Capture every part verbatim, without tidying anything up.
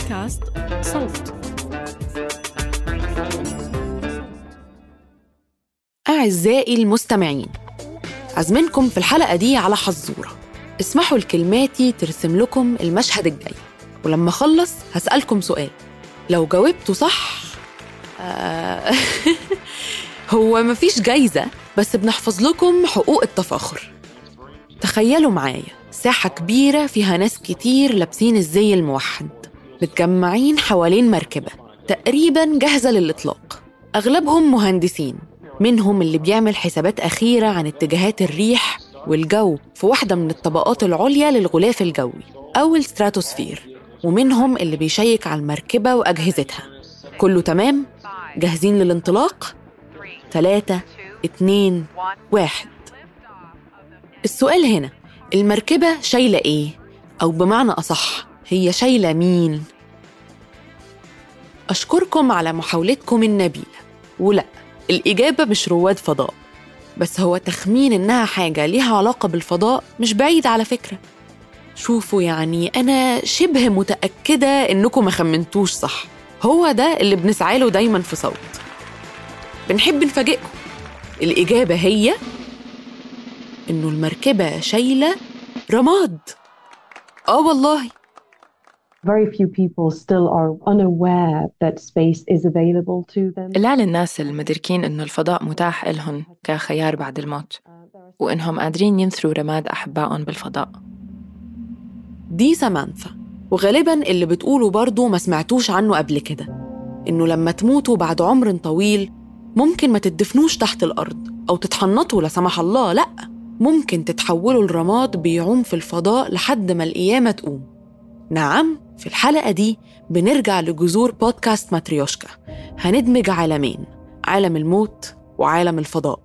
بودكاست صوت. أعزائي المستمعين، عزمنكم في الحلقة دي على حزورة. اسمحوا لكلماتي ترسم لكم المشهد الجاي، ولما أخلص هسألكم سؤال. لو جاوبتوا صح آه هو مفيش جايزة، بس بنحفظ لكم حقوق التفاخر. تخيلوا معايا ساحة كبيرة فيها ناس كتير لابسين الزي الموحد، متجمعين حوالين مركبة تقريباً جاهزة للإطلاق. أغلبهم مهندسين، منهم اللي بيعمل حسابات أخيرة عن اتجاهات الريح والجو في واحدة من الطبقات العليا للغلاف الجوي أو الستراتوسفير، ومنهم اللي بيشيك على المركبة وأجهزتها. كله تمام؟ جاهزين للانطلاق؟ ثلاثة، اتنين، واحد. السؤال هنا، المركبة شايلة إيه؟ أو بمعنى أصح، هي شايلة مين؟ أشكركم على محاولتكم النبيلة، ولا الإجابة مش رواد فضاء، بس هو تخمين إنها حاجة ليها علاقة بالفضاء مش بعيد على فكرة. شوفوا، يعني أنا شبه متأكدة إنكم ما خمنتوش صح. هو ده اللي بنسعى له دايماً في صوت. بنحب نفاجئكم، الإجابة هي إنه المركبة شايلة رماد. آه والله. Very few people still are unaware that space is available to them. قلال الناس المدركين إنه الفضاء متاح إلهم كخيار بعد الموت، وإنهم قادرين ينثروا رماد أحبائهم بالفضاء. دي سامانثا، وغالباً اللي بتقولوا برضو ما سمعتوش عنه قبل كده، إنه لما تموتوا بعد عمر طويل ممكن ما تدفنوش تحت الأرض أو تتحنطوا لا سمح الله، لأ، ممكن تتحولوا الرماد بيعوم في الفضاء لحد ما القيامة تقوم. نعم، في الحلقة دي بنرجع لجذور بودكاست ماتريوشكا، هندمج عالمين، عالم الموت وعالم الفضاء.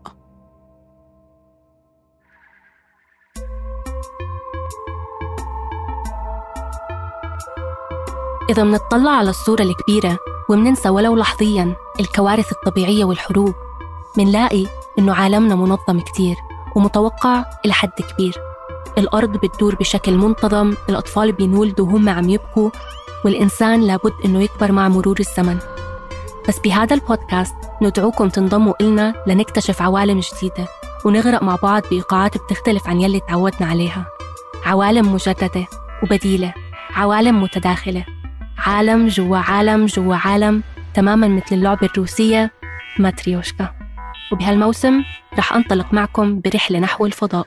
إذا منطلع على الصورة الكبيرة ومننسى ولو لحظياً الكوارث الطبيعية والحروب، منلاقي إنه عالمنا منظم كتير ومتوقع إلى حد كبير. الأرض بتدور بشكل منتظم، الأطفال بينولدوا وهم عم يبكوا، والإنسان لابد إنه يكبر مع مرور الزمن. بس بهذا البودكاست ندعوكم تنضموا إلنا لنكتشف عوالم جديدة ونغرق مع بعض بإيقاعات بتختلف عن يلي تعودنا عليها. عوالم مجددة وبديلة، عوالم متداخلة، عالم جوا عالم جوا عالم، تماماً مثل اللعبة الروسية ماتريوشكا. وبهالموسم رح أنطلق معكم برحلة نحو الفضاء.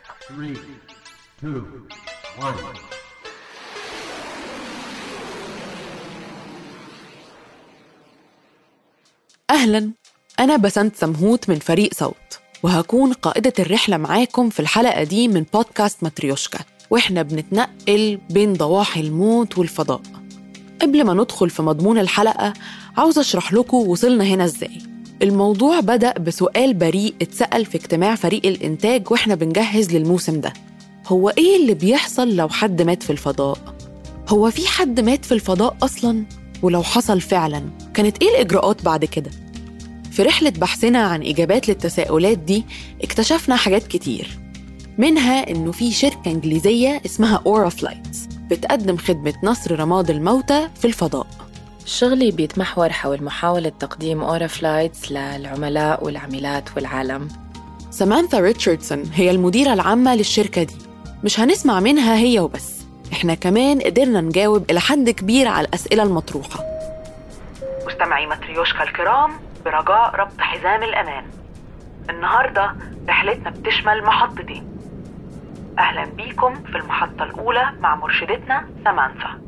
أهلاً، أنا بسنت سمهوت من فريق صوت، وهكون قائدة الرحلة معاكم في الحلقة دي من بودكاست ماتريوشكا، وإحنا بنتنقل بين ضواحي الموت والفضاء. قبل ما ندخل في مضمون الحلقة، عاوز أشرح لكم وصلنا هنا إزاي. الموضوع بدأ بسؤال بريء اتسأل في اجتماع فريق الإنتاج وإحنا بنجهز للموسم ده. هو إيه اللي بيحصل لو حد مات في الفضاء؟ هو في حد مات في الفضاء أصلاً؟ ولو حصل فعلاً، كانت إيه الإجراءات بعد كده؟ في رحلة بحثنا عن إجابات للتساؤلات دي اكتشفنا حاجات كتير، منها إنه في شركة إنجليزية اسمها أورا فلايتس بتقدم خدمة نصر رماد الموتى في الفضاء. شغلي بيتمحور حول محاولة تقديم أورا فلايتس للعملاء والعميلات والعالم. سامانثا ريتشاردسون هي المديرة العامة للشركة دي. مش هنسمع منها هي وبس، إحنا كمان قدرنا نجاوب إلى حد كبير على الأسئلة المطروحة. مستمعي ماتريوشكا الكرام، برجاء ربط حزام الأمان. النهاردة رحلتنا بتشمل محطتين. أهلاً بيكم في المحطة الأولى مع مرشدتنا سامانثا.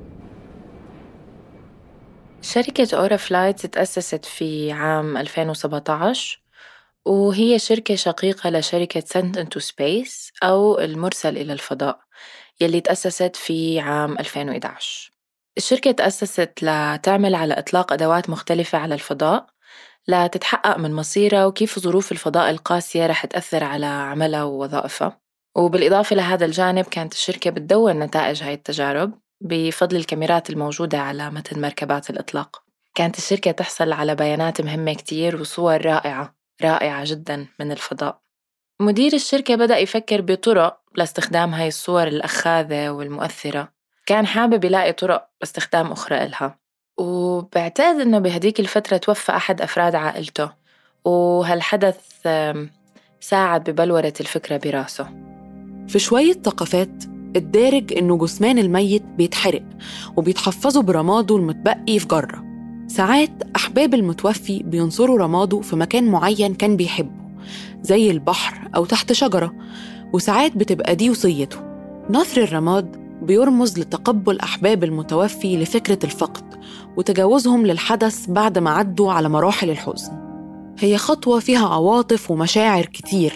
شركة أورا فلايتس تأسست في عام ألفين وسبعة عشر، وهي شركة شقيقة لشركة Sent into Space أو المرسل إلى الفضاء، يلي تأسست في عام ألفين وإحدى عشر. الشركة تأسست لتعمل على إطلاق أدوات مختلفة على الفضاء لتتحقق من مصيرها وكيف ظروف الفضاء القاسية رح تأثر على عملها ووظائفها. وبالإضافة لهذا الجانب كانت الشركة بتدون نتائج هاي التجارب بفضل الكاميرات الموجودة على متن مركبات الإطلاق. كانت الشركة تحصل على بيانات مهمة كتير وصور رائعة رائعة جدا من الفضاء. مدير الشركة بدأ يفكر بطرق لاستخدام هاي الصور الأخاذة والمؤثرة كان حابب يلاقي طرق استخدام أخرى إلها، وبعتقد إنه بهديك الفترة توفى أحد أفراد عائلته، وهالحدث ساعد ببلورة الفكرة براسه. في شوية ثقافات الدارج إنه جثمان الميت بيتحرق وبيتحفظوا برماده المتبقي في جرة. ساعات أحباب المتوفي بينصروا رماده في مكان معين كان بيحبه زي البحر أو تحت شجرة، وساعات بتبقى دي وصيته. نثر الرماد بيرمز لتقبل أحباب المتوفي لفكرة الفقد وتجاوزهم للحدث بعد ما عدوا على مراحل الحزن. هي خطوة فيها عواطف ومشاعر كتير،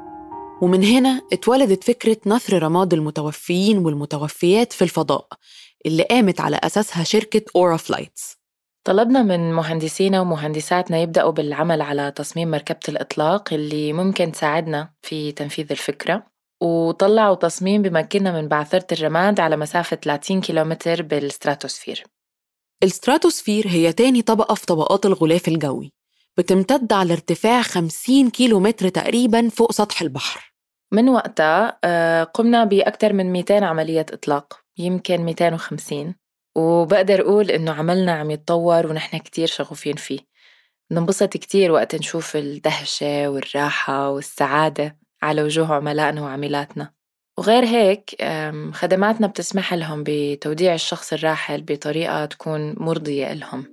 ومن هنا اتولدت فكرة نثر رماد المتوفيين والمتوفيات في الفضاء اللي قامت على أساسها شركة أورا فلايتس. طلبنا من مهندسينا ومهندساتنا يبدأوا بالعمل على تصميم مركبة الإطلاق اللي ممكن تساعدنا في تنفيذ الفكرة، وطلعوا تصميم بمكننا من بعثرة الرماد على مسافة ثلاثين كيلومتر بالستراتوسفير. الستراتوسفير هي تاني طبقة في طبقات الغلاف الجوي، بتمتد على ارتفاع خمسين كيلومتر تقريباً فوق سطح البحر. من وقتها قمنا بأكثر من مئتين عملية إطلاق، يمكن مئتين وخمسين، وبقدر أقول إنه عملنا عم يتطور ونحن كتير شغوفين فيه. ننبسط كتير وقت نشوف الدهشة والراحة والسعادة على وجوه عملائنا وعميلاتنا. وغير هيك خدماتنا بتسمح لهم بتوديع الشخص الراحل بطريقة تكون مرضية لهم.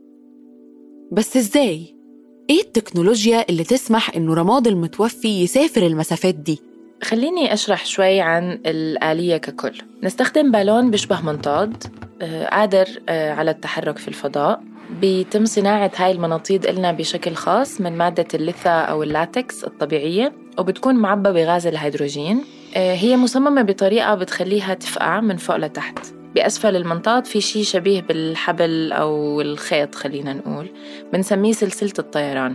بس إزاي؟ إيه التكنولوجيا اللي تسمح إنه رماد المتوفي يسافر المسافات دي؟ خليني أشرح شوي عن الآلية ككل. نستخدم بالون بيشبه منطاد قادر على التحرك في الفضاء. بيتم صناعة هاي المناطيد إلنا بشكل خاص من مادة الليثا أو اللاتكس الطبيعية، وبتكون معبى بغاز الهيدروجين. هي مصممة بطريقة بتخليها تفقع من فوق لتحت. بأسفل المنطاد في شيء شبيه بالحبل أو الخيط، خلينا نقول بنسميه سلسلة الطيران.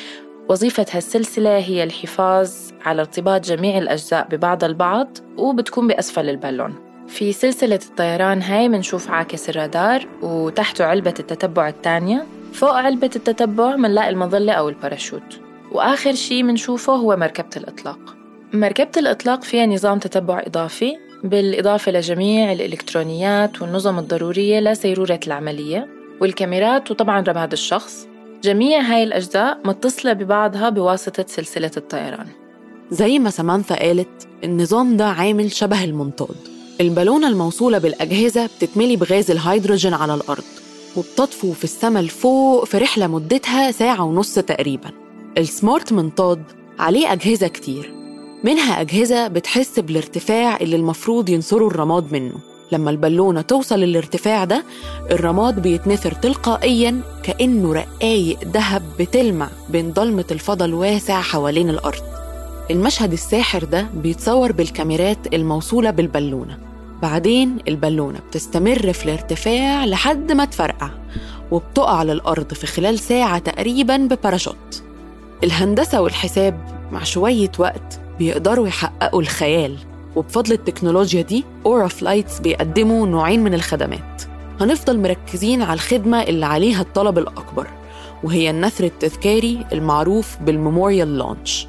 وظيفة هالسلسلة هي الحفاظ على ارتباط جميع الأجزاء ببعض البعض، وبتكون بأسفل البالون. في سلسلة الطيران هاي منشوف عاكس الرادار، وتحته علبة التتبع الثانية. فوق علبة التتبع منلاقي المظلة أو الباراشوت، وآخر شيء منشوفه هو مركبة الإطلاق. مركبة الإطلاق فيها نظام تتبع إضافي بالإضافة لجميع الإلكترونيات والنظم الضرورية لسيرورة العملية والكاميرات وطبعاً رماد الشخص. جميع هاي الأجزاء متصلة ببعضها بواسطة سلسلة الطيران. زي ما سامانثا قالت، النظام ده عامل شبه المنطاد. البالونة الموصولة بالأجهزة بتتملي بغاز الهيدروجين على الأرض وبتطفو في السماء لفوق في رحلة مدتها ساعة ونص تقريباً. السمارت منطاد عليه أجهزة كتير، منها أجهزة بتحس بالارتفاع اللي المفروض ينصروا الرماد منه. لما البالونة توصل للارتفاع ده، الرماد بيتنثر تلقائياً كأنه رقايق ذهب بتلمع بين ضلمة الفضاء الواسع حوالين الأرض. المشهد الساحر ده بيتصور بالكاميرات الموصولة بالبالونة. بعدين البالونة بتستمر في الارتفاع لحد ما تفرقع وبتقع على الأرض في خلال ساعة تقريباً بباراشوت. الهندسة والحساب مع شوية وقت بيقدروا يحققوا الخيال، وبفضل التكنولوجيا دي أورا فلايتس بيقدموا نوعين من الخدمات. هنفضل مركزين على الخدمة اللي عليها الطلب الأكبر، وهي النثر التذكاري المعروف بالميموريال لونش.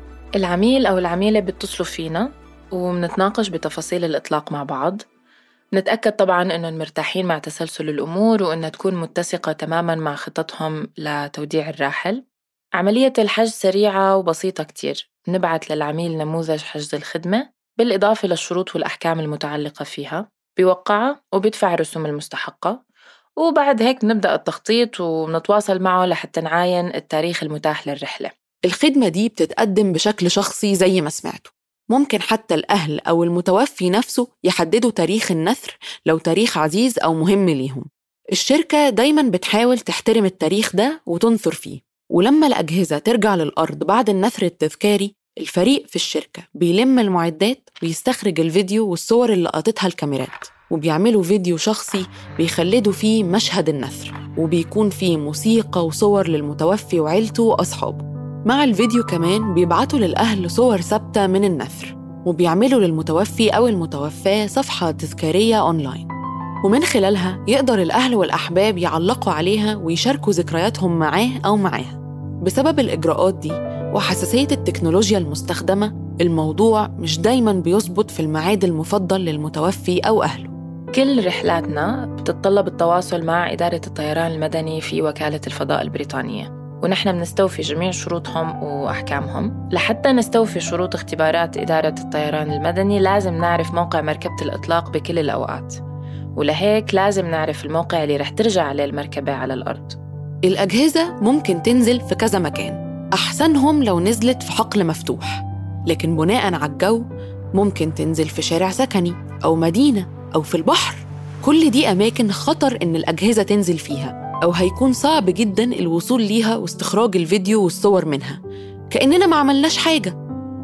العميل أو العميلة بيتصلوا فينا ومنتناقش بتفاصيل الإطلاق مع بعض. نتأكد طبعاً إنه مرتاحين مع تسلسل الأمور وإنها تكون متسقة تماماً مع خططهم لتوديع الراحل. عملية الحجز سريعة وبسيطة كتير. نبعث للعميل نموذج حجز الخدمة بالإضافة للشروط والأحكام المتعلقة فيها، بيوقعها وبيدفع الرسوم المستحقة، وبعد هيك نبدأ التخطيط ونتواصل معه لحتى نعاين التاريخ المتاح للرحلة. الخدمة دي بتتقدم بشكل شخصي زي ما سمعتوا. ممكن حتى الأهل أو المتوفي نفسه يحددوا تاريخ النثر لو تاريخ عزيز أو مهم ليهم. الشركة دايماً بتحاول تحترم التاريخ ده وتنثر فيه. ولما الأجهزة ترجع للأرض بعد النثر التذكاري، الفريق في الشركة بيلم المعدات ويستخرج الفيديو والصور اللي لقطتها الكاميرات، وبيعملوا فيديو شخصي بيخلدوا فيه مشهد النثر، وبيكون فيه موسيقى وصور للمتوفي وعيلته وأصحابه. مع الفيديو كمان بيبعتوا للأهل صور ثابتة من النثر، وبيعملوا للمتوفي أو المتوفاة صفحة تذكارية أونلاين، ومن خلالها يقدر الأهل والأحباب يعلقوا عليها ويشاركوا ذكرياتهم معاه أو معاها. بسبب الإجراءات دي وحساسية التكنولوجيا المستخدمة، الموضوع مش دايماً بيظبط في الميعاد المفضل للمتوفي أو أهله. كل رحلاتنا بتتطلب التواصل مع إدارة الطيران المدني في وكالة الفضاء البريطانية، ونحن بنستوفي جميع شروطهم وأحكامهم. لحتى نستوفي شروط اختبارات إدارة الطيران المدني لازم نعرف موقع مركبة الإطلاق بكل الأوقات، ولهيك لازم نعرف الموقع اللي رح ترجع عليه المركبة على الأرض. الأجهزة ممكن تنزل في كذا مكان، أحسنهم لو نزلت في حقل مفتوح، لكن بناء على الجو ممكن تنزل في شارع سكني أو مدينة أو في البحر. كل دي أماكن خطر إن الأجهزة تنزل فيها، أو هيكون صعب جداً الوصول ليها واستخراج الفيديو والصور منها كأننا ما عملناش حاجة.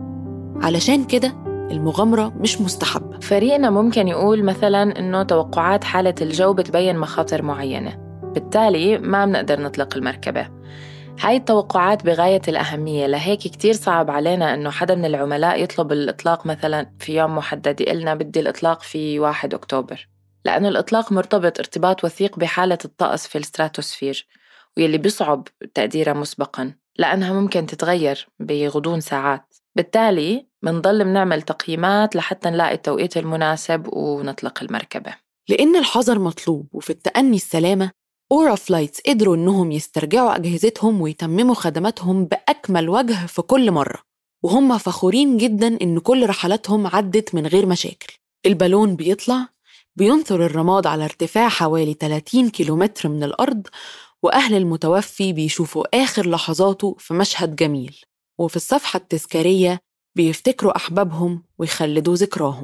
علشان كده المغامرة مش مستحبة. فريقنا ممكن يقول مثلاً إنه توقعات حالة الجو بتبين مخاطر معينة، بالتالي ما بنقدر نطلق المركبة. هاي التوقعات بغاية الأهمية، لهيك كتير صعب علينا إنه حدا من العملاء يطلب الإطلاق مثلاً في يوم محدد، يقلنا بدي الإطلاق في واحد أكتوبر، لأنه الإطلاق مرتبط ارتباط وثيق بحالة الطقس في الستراتوسفير، واللي بيصعب تقديرها مسبقاً لأنها ممكن تتغير بغضون ساعات. بالتالي منضل بنعمل تقييمات لحتى نلاقي التوقيت المناسب ونطلق المركبة. لأن الحذر مطلوب وفي التأني السلامة، أورا فلايتس قدروا إنهم يسترجعوا أجهزتهم ويتمموا خدماتهم بأكمل وجه في كل مرة، وهم فخورين جداً إن كل رحلاتهم عدت من غير مشاكل. البالون بيطلع بينثر الرماد على ارتفاع حوالي ثلاثين كيلومتر من الأرض، وأهل المتوفي بيشوفوا آخر لحظاته في مشهد جميل، وفي الصفحة التذكارية بيفتكروا أحبابهم ويخلدوا ذكراهم.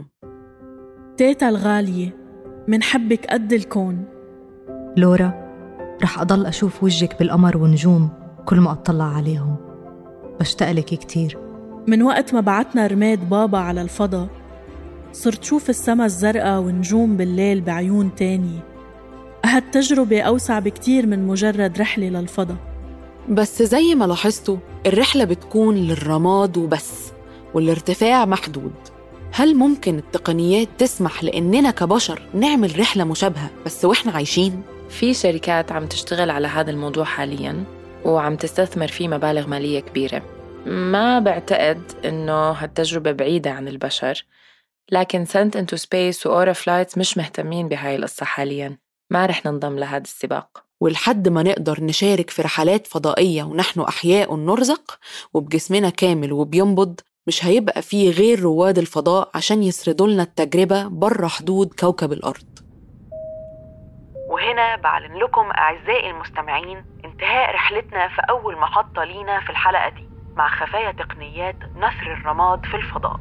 تيتا الغالية، منحبك قد الكون. لورا، رح أضل أشوف وجهك بالقمر ونجوم كل ما أطلع عليهم، بشتاقلك كتير. من وقت ما بعتنا رماد بابا على الفضاء صرت شوف السما الزرقاء ونجوم بالليل بعيون تاني. هالتجربة أوسع بكتير من مجرد رحلة للفضاء. بس زي ما لاحظتوا الرحلة بتكون للرماد وبس، والارتفاع محدود. هل ممكن التقنيات تسمح لأننا كبشر نعمل رحلة مشابهة بس وإحنا عايشين؟ في شركات عم تشتغل على هذا الموضوع حالياً وعم تستثمر فيه مبالغ مالية كبيرة. ما بعتقد إنه هالتجربة بعيدة عن البشر، لكن سنت انتو سبيس وأورا فلايتس مش مهتمين بهاي القصة حالياً. ما رح ننضم لهذا السباق. ولحد ما نقدر نشارك في رحلات فضائية ونحن أحياء نرزق وبجسمنا كامل وبينبض، مش هيبقى فيه غير رواد الفضاء عشان يسردوا لنا التجربة بره حدود كوكب الأرض. وهنا بعلن لكم أعزائي المستمعين انتهاء رحلتنا في أول محطة لينا في الحلقة دي مع خفايا تقنيات نثر الرماد في الفضاء.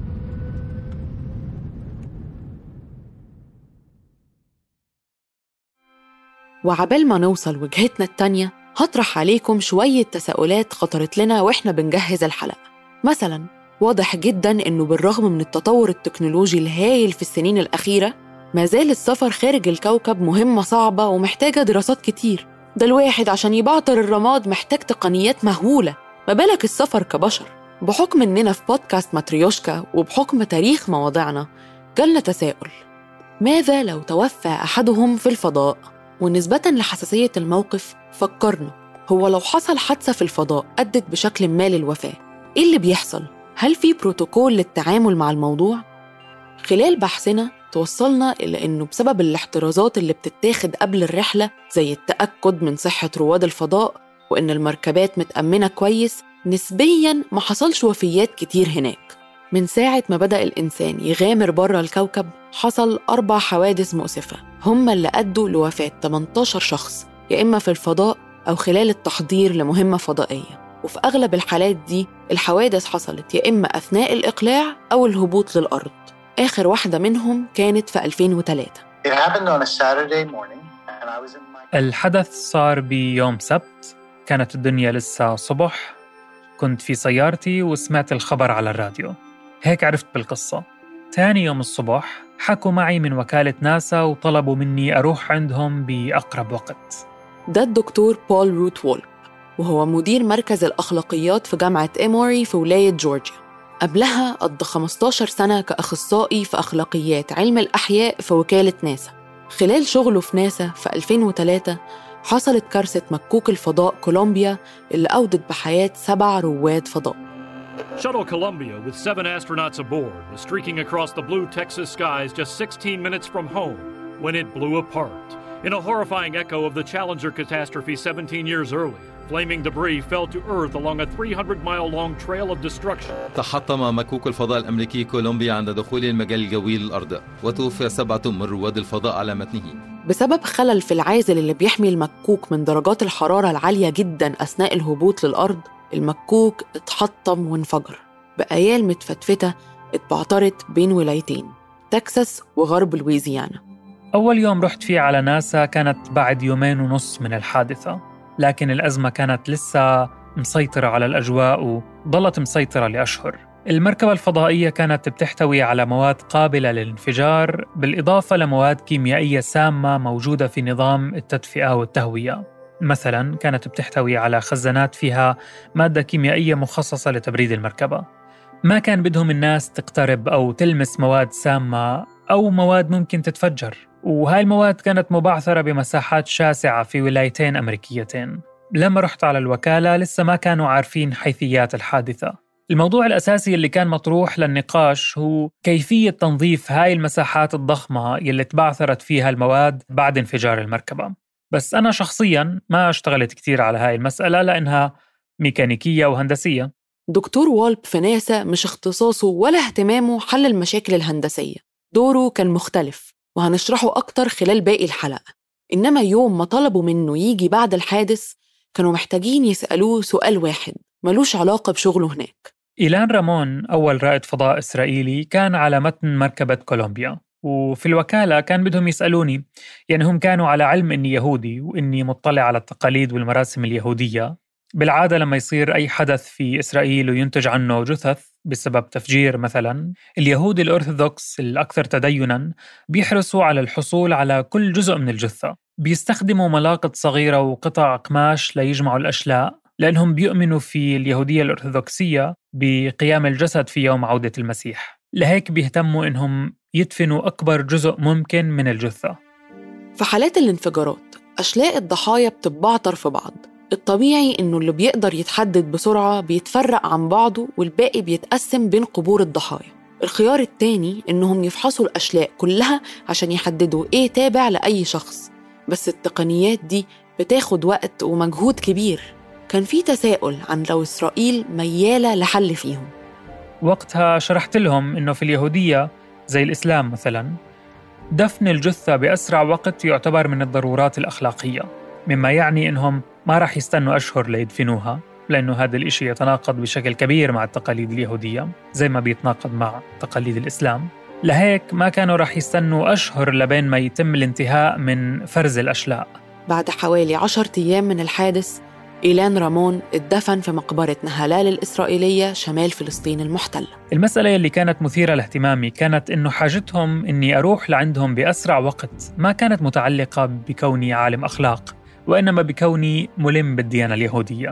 وعبال ما نوصل وجهتنا التانية هطرح عليكم شوية تساؤلات خطرت لنا وإحنا بنجهز الحلقة. مثلاً، واضح جداً إنه بالرغم من التطور التكنولوجي الهائل في السنين الأخيرة، ما زال السفر خارج الكوكب مهمة صعبة ومحتاجة دراسات كتير. ده الواحد عشان يبعتر الرماد محتاج تقنيات مهولة، ما بالك السفر كبشر. بحكم إننا في بودكاست ماتريوشكا وبحكم تاريخ مواضيعنا، جالنا تساؤل: ماذا لو توفى أحدهم في الفضاء؟ ونسبة لحساسية الموقف فكرنا، هو لو حصل حادثة في الفضاء أدت بشكل ما للوفاة، إيه اللي بيحصل؟ هل في بروتوكول للتعامل مع الموضوع؟ خلال بحثنا توصلنا إلى أنه بسبب الاحترازات اللي بتتاخد قبل الرحلة زي التأكد من صحة رواد الفضاء وإن المركبات متأمنة كويس، نسبياً ما حصلش وفيات كتير هناك. من ساعة ما بدأ الإنسان يغامر برا الكوكب حصل أربع حوادث مؤسفة هم اللي أدوا لوفاة ثمانية عشر شخص، يا إما في الفضاء أو خلال التحضير لمهمة فضائية. وفي أغلب الحالات دي الحوادث حصلت يا إما أثناء الإقلاع أو الهبوط للأرض. آخر واحدة منهم كانت في ألفين وثلاثة. الحدث صار بيوم سبت، كانت الدنيا لسه صبح، كنت في سيارتي وسمعت الخبر على الراديو، هيك عرفت بالقصة. تاني يوم الصبح حكوا معي من وكالة ناسا وطلبوا مني أروح عندهم بأقرب وقت. ده الدكتور بول روت وولب، وهو مدير مركز الأخلاقيات في جامعة إيموري في ولاية جورجيا. قبلها قضى خمسة عشر سنة كأخصائي في أخلاقيات علم الأحياء في وكالة ناسا. خلال شغله في ناسا في ألفين وثلاثة حصلت كارثة مكوك الفضاء كولومبيا اللي أودت بحياة سبع رواد فضاء. Shuttle Columbia, with seven astronauts aboard, was streaking across the blue Texas skies just sixteen minutes from home when it blew apart. In a horrifying echo of the Challenger catastrophe seventeen years earlier, flaming debris fell to Earth along a three hundred mile long trail of destruction. تحطم مكوك الفضاء الأمريكي كولومبيا عند دخول المجال الجوي للأرض، وتوفي سبعة من رواد الفضاء على متنه بسبب خلل في العازل اللي بيحمي المكوك من درجات الحرارة العالية جداً أثناء الهبوط للأرض. المكوك اتحطم وانفجر بأيال متفتفتة اتبعترت بين ولايتين، تكساس وغرب لويزيانا. أول يوم رحت فيه على ناسا كانت بعد يومين ونص من الحادثة، لكن الأزمة كانت لسه مسيطرة على الأجواء وظلت مسيطرة لأشهر. المركبة الفضائية كانت بتحتوي على مواد قابلة للانفجار، بالإضافة لمواد كيميائية سامة موجودة في نظام التدفئة والتهوية. مثلاً كانت بتحتوي على خزانات فيها مادة كيميائية مخصصة لتبريد المركبة. ما كان بدهم الناس تقترب أو تلمس مواد سامة أو مواد ممكن تتفجر، وهاي المواد كانت مبعثرة بمساحات شاسعة في ولايتين أمريكيتين. لما رحت على الوكالة لسه ما كانوا عارفين حيثيات الحادثة. الموضوع الأساسي اللي كان مطروح للنقاش هو كيفية تنظيف هاي المساحات الضخمة يلي تبعثرت فيها المواد بعد انفجار المركبة. بس أنا شخصياً ما اشتغلت كتير على هاي المسألة لأنها ميكانيكية وهندسية. دكتور والب في ناسا مش اختصاصه ولا اهتمامه حل المشاكل الهندسية، دوره كان مختلف وهنشرحه أكتر خلال باقي الحلقة. إنما يوم ما طلبوا منه يجي بعد الحادث كانوا محتاجين يسألوه سؤال واحد ملوش علاقة بشغله هناك. إيلان رامون أول رائد فضاء إسرائيلي كان على متن مركبة كولومبيا، وفي الوكالة كان بدهم يسألوني، يعني هم كانوا على علم إني يهودي وإني مطلع على التقاليد والمراسم اليهودية. بالعادة لما يصير أي حدث في إسرائيل وينتج عنه جثث بسبب تفجير مثلا، اليهود الأرثوذكس الأكثر تديناً بيحرصوا على الحصول على كل جزء من الجثة. بيستخدموا ملاقط صغيرة وقطع قماش ليجمعوا الأشلاء، لأنهم بيؤمنوا في اليهودية الأرثوذكسية بقيام الجسد في يوم عودة المسيح. لهيك بيهتموا إنهم يدفنوا أكبر جزء ممكن من الجثة. في حالات الانفجارات أشلاء الضحايا بتتبعتر في بعض. الطبيعي إنه اللي بيقدر يتحدد بسرعة بيتفرق عن بعضه والباقي بيتقسم بين قبور الضحايا. الخيار التاني إنهم يفحصوا الأشلاء كلها عشان يحددوا إيه تابع لأي شخص، بس التقنيات دي بتاخد وقت ومجهود كبير. كان في تساؤل عن لو إسرائيل ميالة لحل فيهم. وقتها شرحت لهم إنه في اليهودية زي الإسلام مثلاً دفن الجثة بأسرع وقت يعتبر من الضرورات الأخلاقية، مما يعني إنهم ما راح يستنوا أشهر ليدفنوها، لأنه هذا الإشي يتناقض بشكل كبير مع التقاليد اليهودية زي ما بيتناقض مع تقاليد الإسلام. لهيك ما كانوا راح يستنوا أشهر لبين ما يتم الانتهاء من فرز الأشلاء. بعد حوالي عشرة أيام من الحادث، إيلان رامون اتدفن في مقبرة نهلال الإسرائيلية شمال فلسطين المحتلة. المسألة اللي كانت مثيرة لاهتمامي كانت إنه حاجتهم إني أروح لعندهم بأسرع وقت ما كانت متعلقة بكوني عالم أخلاق، وإنما بكوني ملم بالديانة اليهودية.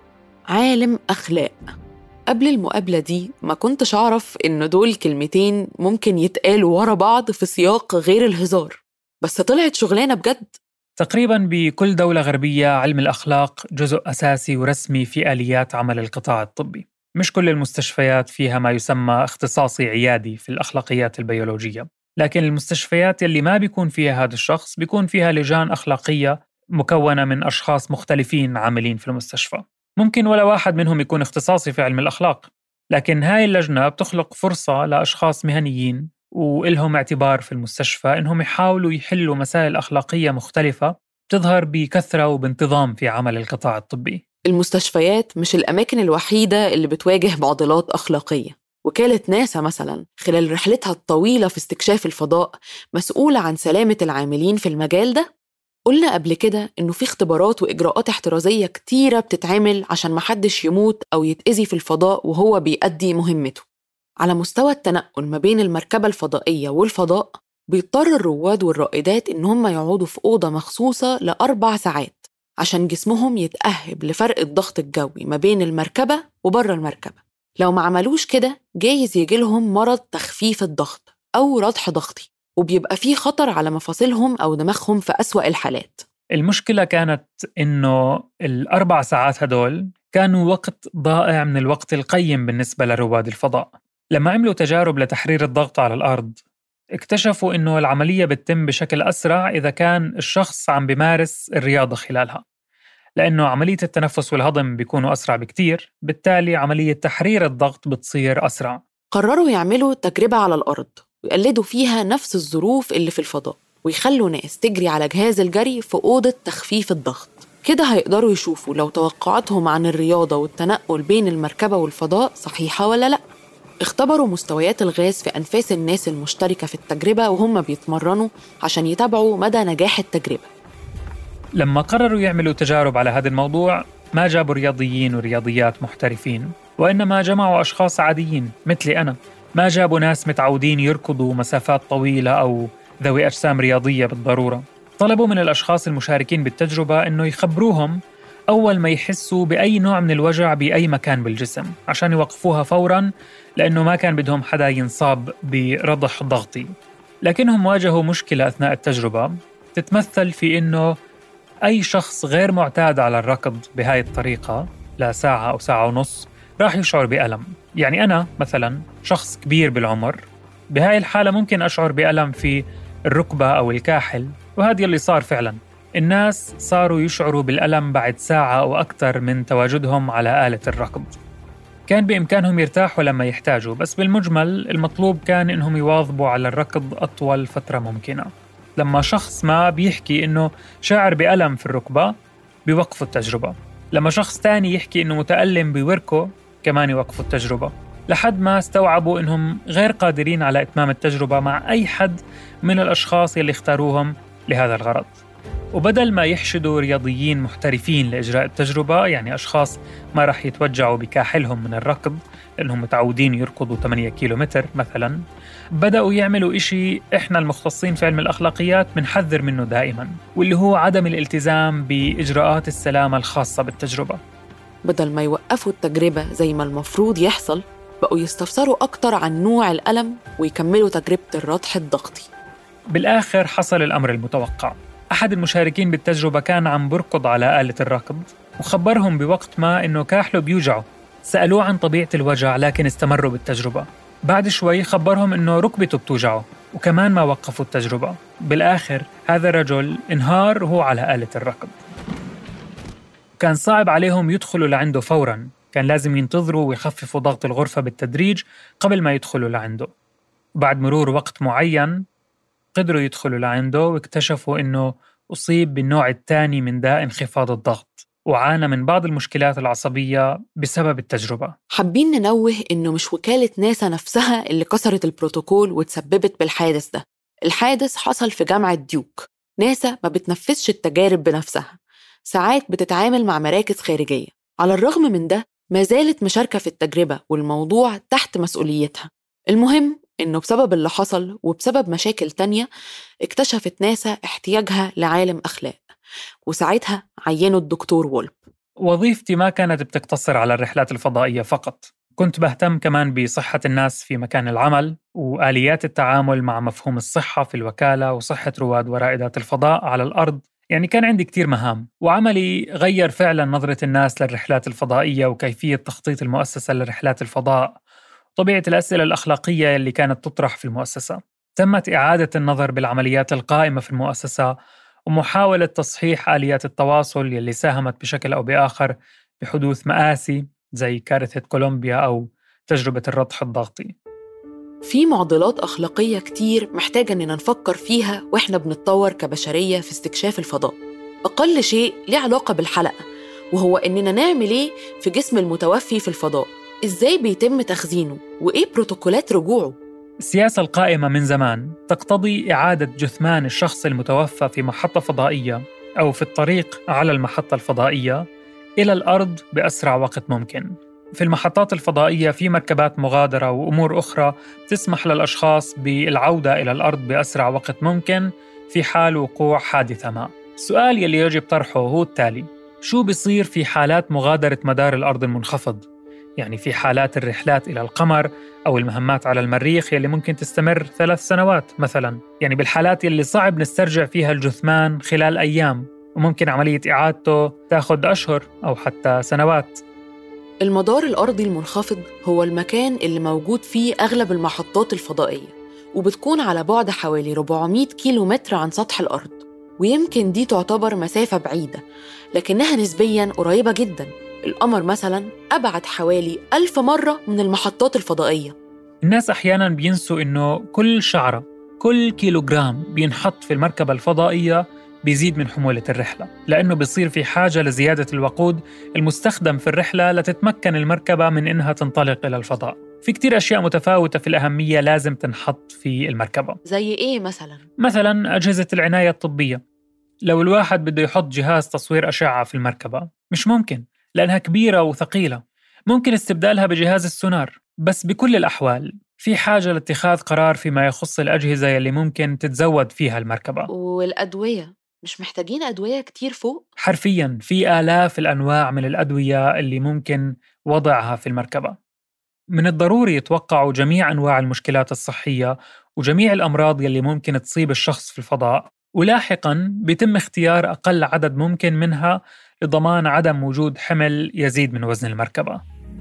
عالم أخلاق. قبل المقابلة دي ما كنتش أعرف إنه دول كلمتين ممكن يتقالوا ورا بعض في سياق غير الهزار، بس طلعت شغلانة بجد. تقريباً بكل دولة غربية علم الأخلاق جزء أساسي ورسمي في آليات عمل القطاع الطبي. مش كل المستشفيات فيها ما يسمى اختصاصي عيادي في الأخلاقيات البيولوجية، لكن المستشفيات اللي ما بيكون فيها هذا الشخص بيكون فيها لجان أخلاقية مكونة من أشخاص مختلفين عاملين في المستشفى. ممكن ولا واحد منهم يكون اختصاصي في علم الأخلاق، لكن هاي اللجنة بتخلق فرصة لأشخاص مهنيين وإلهم اعتبار في المستشفى إنهم يحاولوا يحلوا مسائل أخلاقية مختلفة بتظهر بكثرة وبانتظام في عمل القطاع الطبي. المستشفيات مش الأماكن الوحيدة اللي بتواجه معضلات أخلاقية. وكالة ناسا مثلاً خلال رحلتها الطويلة في استكشاف الفضاء مسؤولة عن سلامة العاملين في المجال ده. قلنا قبل كده إنه في اختبارات وإجراءات احترازية كتيرة بتتعمل عشان محدش يموت أو يتأذي في الفضاء وهو بيأدي مهمته. على مستوى التنقل ما بين المركبة الفضائية والفضاء بيضطر الرواد والرائدات إن هم يقعدوا في أوضة مخصوصة لأربع ساعات عشان جسمهم يتأهب لفرق الضغط الجوي ما بين المركبة وبره المركبة. لو ما عملوش كده جايز يجيلهم مرض تخفيف الضغط أو ردح ضغطي، وبيبقى فيه خطر على مفاصلهم أو دماغهم في أسوأ الحالات. المشكلة كانت إنه الأربع ساعات هدول كانوا وقت ضائع من الوقت القيم بالنسبة لرواد الفضاء. لما عملوا تجارب لتحرير الضغط على الأرض اكتشفوا إنه العملية بتتم بشكل أسرع إذا كان الشخص عم بيمارس الرياضة خلالها، لأنه عملية التنفس والهضم بيكونوا أسرع بكتير، بالتالي عملية تحرير الضغط بتصير أسرع. قرروا يعملوا تجربة على الأرض ويقلدوا فيها نفس الظروف اللي في الفضاء، ويخلوا ناس تجري على جهاز الجري في أوضة تخفيف الضغط. كده هيقدروا يشوفوا لو توقعاتهم عن الرياضة والتنقل بين المركبة والفضاء صحيحة ولا لأ. اختبروا مستويات الغاز في أنفاس الناس المشتركة في التجربة وهم بيتمرنوا عشان يتابعوا مدى نجاح التجربة. لما قرروا يعملوا تجارب على هذا الموضوع ما جابوا رياضيين ورياضيات محترفين، وإنما جمعوا أشخاص عاديين مثلي أنا. ما جابوا ناس متعودين يركضوا مسافات طويلة أو ذوي أجسام رياضية بالضرورة. طلبوا من الأشخاص المشاركين بالتجربة إنه يخبروهم أول ما يحسوا بأي نوع من الوجع بأي مكان بالجسم عشان يوقفوها فوراً، لأنه ما كان بدهم حدا ينصاب برضح ضغطي. لكنهم واجهوا مشكلة أثناء التجربة تتمثل في إنه أي شخص غير معتاد على الركض بهاي الطريقة لساعة أو ساعة ونص راح يشعر بألم. يعني أنا مثلاً شخص كبير بالعمر، بهاي الحالة ممكن أشعر بألم في الركبة أو الكاحل، وهذا اللي صار فعلاً. الناس صاروا يشعروا بالألم بعد ساعة أو أكثر من تواجدهم على آلة الركض. كان بإمكانهم يرتاحوا لما يحتاجوا، بس بالمجمل المطلوب كان إنهم يواظبوا على الركض أطول فترة ممكنة. لما شخص ما بيحكي إنه شاعر بألم في الركبة بيوقفوا التجربة، لما شخص تاني يحكي إنه متألم بوركه كمان يوقفوا التجربة، لحد ما استوعبوا إنهم غير قادرين على إتمام التجربة مع أي حد من الأشخاص اللي اختاروهم لهذا الغرض. وبدل ما يحشدوا رياضيين محترفين لإجراء التجربة، يعني أشخاص ما رح يتوجعوا بكاحلهم من الركض لأنهم متعودين يركضوا ثمانية كيلومتر مثلا، بدأوا يعملوا إشي إحنا المختصين في علم الأخلاقيات بنحذر منه دائما، واللي هو عدم الالتزام بإجراءات السلامة الخاصة بالتجربة. بدل ما يوقفوا التجربة زي ما المفروض يحصل، بقوا يستفسروا أكتر عن نوع الألم ويكملوا تجربة الرضح الضغطي. بالآخر حصل الأمر المتوقع. أحد المشاركين بالتجربة كان عم بركض على آلة الركض وخبرهم بوقت ما إنه كاحله بيوجعه. سألوه عن طبيعة الوجع لكن استمروا بالتجربة. بعد شوي خبرهم إنه ركبته بتوجعه وكمان ما وقفوا التجربة. بالآخر هذا الرجل انهار وهو على آلة الركض. كان صعب عليهم يدخلوا لعنده فوراً، كان لازم ينتظروا ويخففوا ضغط الغرفة بالتدريج قبل ما يدخلوا لعنده. بعد مرور وقت معين قدروا يدخلوا لعنده واكتشفوا إنه أصيب بالنوع الثاني من داء انخفاض الضغط، وعانى من بعض المشكلات العصبية بسبب التجربة. حابين ننوه إنه مش وكالة ناسا نفسها اللي كسرت البروتوكول وتسببت بالحادث ده. الحادث حصل في جامعة ديوك. ناسا ما بتنفذش التجارب بنفسها، ساعات بتتعامل مع مراكز خارجية. على الرغم من ده ما زالت مشاركة في التجربة والموضوع تحت مسؤوليتها. المهم إنه بسبب اللي حصل وبسبب مشاكل تانية اكتشفت ناسا احتياجها لعالم أخلاق، وساعتها عينوا الدكتور وولب. وظيفتي ما كانت بتقتصر على الرحلات الفضائية فقط، كنت بهتم كمان بصحة الناس في مكان العمل وآليات التعامل مع مفهوم الصحة في الوكالة وصحة رواد ورائدات الفضاء على الأرض. يعني كان عندي كتير مهام، وعملي غير فعلا نظرة الناس للرحلات الفضائية وكيفية تخطيط المؤسسة لرحلات الفضاء، طبيعة الأسئلة الأخلاقية اللي كانت تطرح في المؤسسة. تمت إعادة النظر بالعمليات القائمة في المؤسسة ومحاولة تصحيح آليات التواصل يلي ساهمت بشكل أو بآخر بحدوث مآسي زي كارثة كولومبيا أو تجربة الرضح الضغطي. في معضلات أخلاقية كتير محتاجة إننا نفكر فيها وإحنا بنتطور كبشرية في استكشاف الفضاء. أقل شيء له علاقة بالحلقة، وهو إننا نعمل إيه في جسم المتوفي في الفضاء، إزاي بيتم تخزينه، وإيه بروتوكولات رجوعه. السياسة القائمة من زمان تقتضي إعادة جثمان الشخص المتوفى في محطة فضائية أو في الطريق على المحطة الفضائية إلى الأرض بأسرع وقت ممكن. في المحطات الفضائية في مركبات مغادرة وأمور أخرى تسمح للأشخاص بالعودة إلى الأرض بأسرع وقت ممكن في حال وقوع حادثة ما. السؤال يلي يجب طرحه هو التالي: شو بيصير في حالات مغادرة مدار الأرض المنخفض؟ يعني في حالات الرحلات إلى القمر أو المهمات على المريخ يلي ممكن تستمر ثلاث سنوات مثلا، يعني بالحالات يلي صعب نسترجع فيها الجثمان خلال أيام وممكن عملية إعادته تاخد أشهر أو حتى سنوات. المدار الأرضي المنخفض هو المكان اللي موجود فيه أغلب المحطات الفضائية، وبتكون على بعد حوالي أربعمائة كيلو متر عن سطح الأرض، ويمكن دي تعتبر مسافة بعيدة لكنها نسبياً قريبة جداً. القمر مثلاً أبعد حوالي ألف مرة من المحطات الفضائية. الناس أحياناً بينسوا إنه كل شعرة، كل كيلوغرام بينحط في المركبة الفضائية بيزيد من حمولة الرحلة، لأنه بيصير في حاجة لزيادة الوقود المستخدم في الرحلة لتتمكن المركبة من إنها تنطلق إلى الفضاء. في كتير أشياء متفاوتة في الأهمية لازم تنحط في المركبة. زي إيه مثلاً؟ مثلاً أجهزة العناية الطبية. لو الواحد بده يحط جهاز تصوير أشعة في المركبة مش ممكن، لأنها كبيرة وثقيلة. ممكن استبدالها بجهاز السونار، بس بكل الأحوال في حاجة لاتخاذ قرار فيما يخص الأجهزة يلي ممكن تتزود فيها المركبة. والأدوية، مش محتاجين أدوية كتير فوق؟ حرفياً في آلاف الأنواع من الأدوية اللي ممكن وضعها في المركبة. من الضروري يتوقعوا جميع أنواع المشكلات الصحية وجميع الأمراض يلي ممكن تصيب الشخص في الفضاء، ولاحقاً بيتم اختيار أقل عدد ممكن منها لضمان عدم وجود حمل يزيد من وزن المركبة.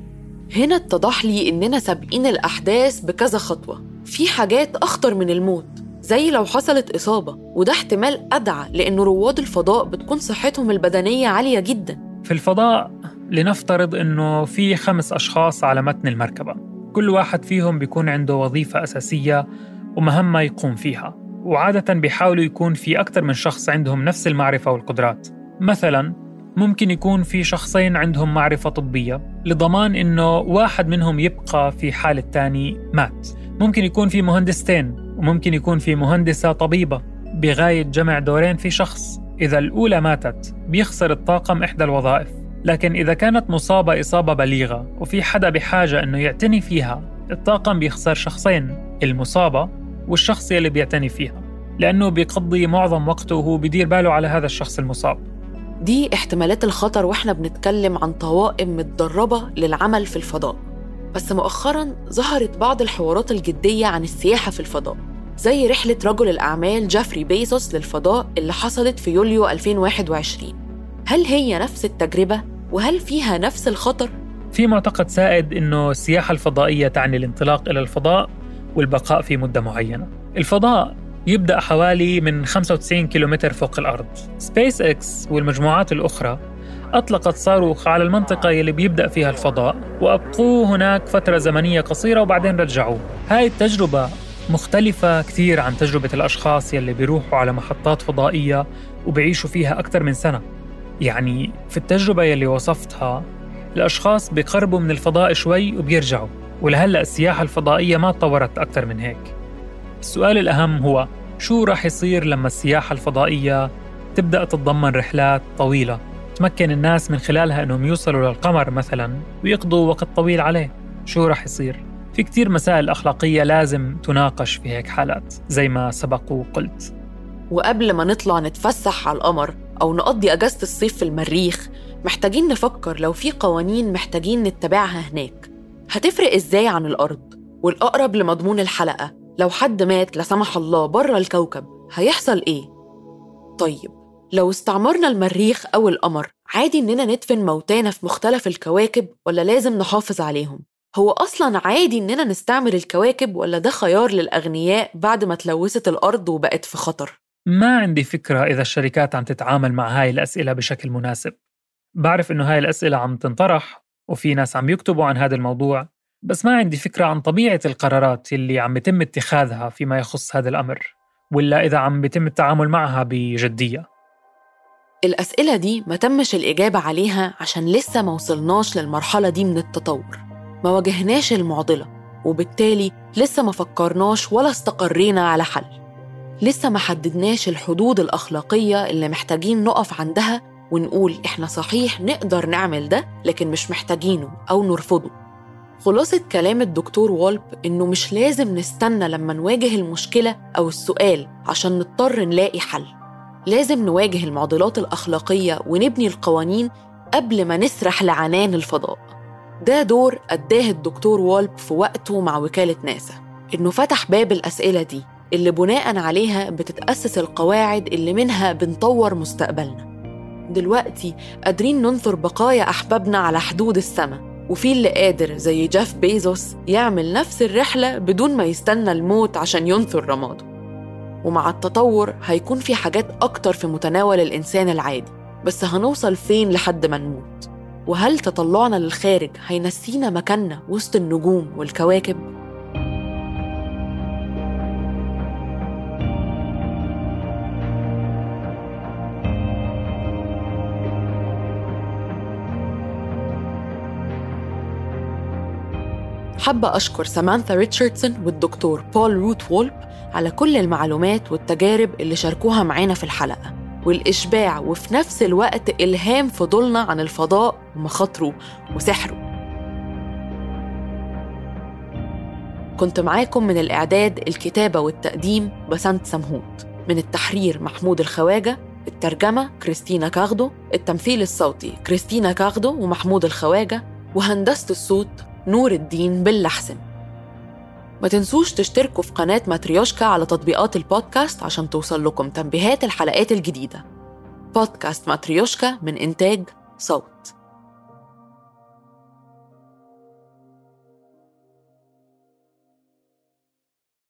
هنا اتضح لي إننا سابقين الأحداث بكذا خطوة. في حاجات أخطر من الموت، زي لو حصلت إصابة، وده احتمال أدعى لأن رواد الفضاء بتكون صحتهم البدنية عالية جداً. في الفضاء لنفترض إنه في خمس أشخاص على متن المركبة، كل واحد فيهم بيكون عنده وظيفة أساسية ومهمة يقوم فيها، وعادة بيحاولوا يكون في أكثر من شخص عندهم نفس المعرفة والقدرات. مثلاً ممكن يكون في شخصين عندهم معرفة طبية لضمان إنه واحد منهم يبقى في حال الثاني مات. ممكن يكون في مهندستين، وممكن يكون في مهندسة طبيبة بغاية جمع دورين في شخص. إذا الأولى ماتت بيخسر الطاقم إحدى الوظائف، لكن إذا كانت مصابة إصابة بليغة وفي حدا بحاجة إنه يعتني فيها، الطاقم بيخسر شخصين، المصابة والشخص اللي بيعتني فيها، لأنه بيقضي معظم وقته وهو بيدير باله على هذا الشخص المصاب. دي احتمالات الخطر وإحنا بنتكلم عن طواقم متدربة للعمل في الفضاء. بس مؤخراً ظهرت بعض الحوارات الجدية عن السياحة في الفضاء، زي رحلة رجل الأعمال جيفري بيزوس للفضاء اللي حصلت في يوليو ألفين وواحد وعشرين. هل هي نفس التجربة؟ وهل فيها نفس الخطر؟ في معتقد سائد إنه السياحة الفضائية تعني الانطلاق إلى الفضاء والبقاء في مدة معينة. الفضاء يبدأ حوالي من خمسة وتسعين كيلومتر فوق الأرض. سبيس إكس والمجموعات الأخرى أطلقت صاروخ على المنطقة اللي بيبدأ فيها الفضاء، وأبقوه هناك فترة زمنية قصيرة وبعدين رجعوه. هاي التجربة مختلفة كثير عن تجربة الأشخاص يلي بيروحوا على محطات فضائية وبيعيشوا فيها أكثر من سنة. يعني في التجربة يلي وصفتها الأشخاص بيقربوا من الفضاء شوي وبيرجعوا، ولهلأ السياحة الفضائية ما تطورت أكثر من هيك. السؤال الأهم هو شو رح يصير لما السياحة الفضائية تبدأ تتضمن رحلات طويلة تمكن الناس من خلالها أنهم يوصلوا للقمر مثلاً ويقضوا وقت طويل عليه؟ شو رح يصير؟ في كتير مسائل أخلاقية لازم تناقش في هيك حالات زي ما سبق وقلت. وقبل ما نطلع نتفسح على القمر أو نقضي أجازة الصيف في المريخ، محتاجين نفكر لو في قوانين محتاجين نتبعها هناك هتفرق إزاي عن الأرض. والأقرب لمضمون الحلقة، لو حد مات لا سمح الله برا الكوكب هيحصل إيه؟ طيب لو استعمرنا المريخ أو القمر، عادي إننا ندفن موتانا في مختلف الكواكب ولا لازم نحافظ عليهم؟ هو أصلاً عادي إننا نستعمر الكواكب ولا ده خيار للأغنياء بعد ما تلوثت الأرض وبقت في خطر؟ ما عندي فكرة إذا الشركات عم تتعامل مع هاي الأسئلة بشكل مناسب. بعرف إنه هاي الأسئلة عم تنطرح وفي ناس عم يكتبوا عن هذا الموضوع، بس ما عندي فكرة عن طبيعة القرارات اللي عم يتم اتخاذها فيما يخص هذا الأمر، ولا إذا عم يتم التعامل معها بجدية. الأسئلة دي ما تمش الإجابة عليها عشان لسه ما وصلناش للمرحلة دي من التطور، ما واجهناش المعضلة، وبالتالي لسه ما فكرناش ولا استقرينا على حل. لسه ما حددناش الحدود الأخلاقية اللي محتاجين نقف عندها ونقول إحنا صحيح نقدر نعمل ده لكن مش محتاجينه أو نرفضه. خلاصة كلام الدكتور وولب إنه مش لازم نستنى لما نواجه المشكلة أو السؤال عشان نضطر نلاقي حل. لازم نواجه المعضلات الأخلاقية ونبني القوانين قبل ما نسرح لعنان الفضاء. ده دور أداه الدكتور وولب في وقته مع وكالة ناسا، إنه فتح باب الأسئلة دي اللي بناءً عليها بتتأسس القواعد اللي منها بنطور مستقبلنا. دلوقتي قادرين ننثر بقايا أحبابنا على حدود السماء، وفي اللي قادر زي جيف بيزوس يعمل نفس الرحلة بدون ما يستنى الموت عشان ينثر رماده. ومع التطور هيكون في حاجات أكتر في متناول الإنسان العادي، بس هنوصل فين لحد ما نموت؟ وهل تطلعنا للخارج هينسينا مكاننا وسط النجوم والكواكب؟ حابة أشكر سامانثا ريتشاردسون والدكتور بول روت وولب على كل المعلومات والتجارب اللي شاركوها معانا في الحلقة، والإشباع وفي نفس الوقت إلهام فضولنا عن الفضاء ومخاطره وسحره. كنت معاكم من الإعداد، الكتابة والتقديم بسنت سمهوت، من التحرير محمود الخواجة، الترجمة كريستينا كاغدو، التمثيل الصوتي كريستينا كاغدو ومحمود الخواجة، وهندسة الصوت نور الدين باللحسن. ما تنسوش تشتركوا في قناة ماتريوشكا على تطبيقات البودكاست عشان توصل لكم تنبيهات الحلقات الجديدة. بودكاست ماتريوشكا من إنتاج صوت.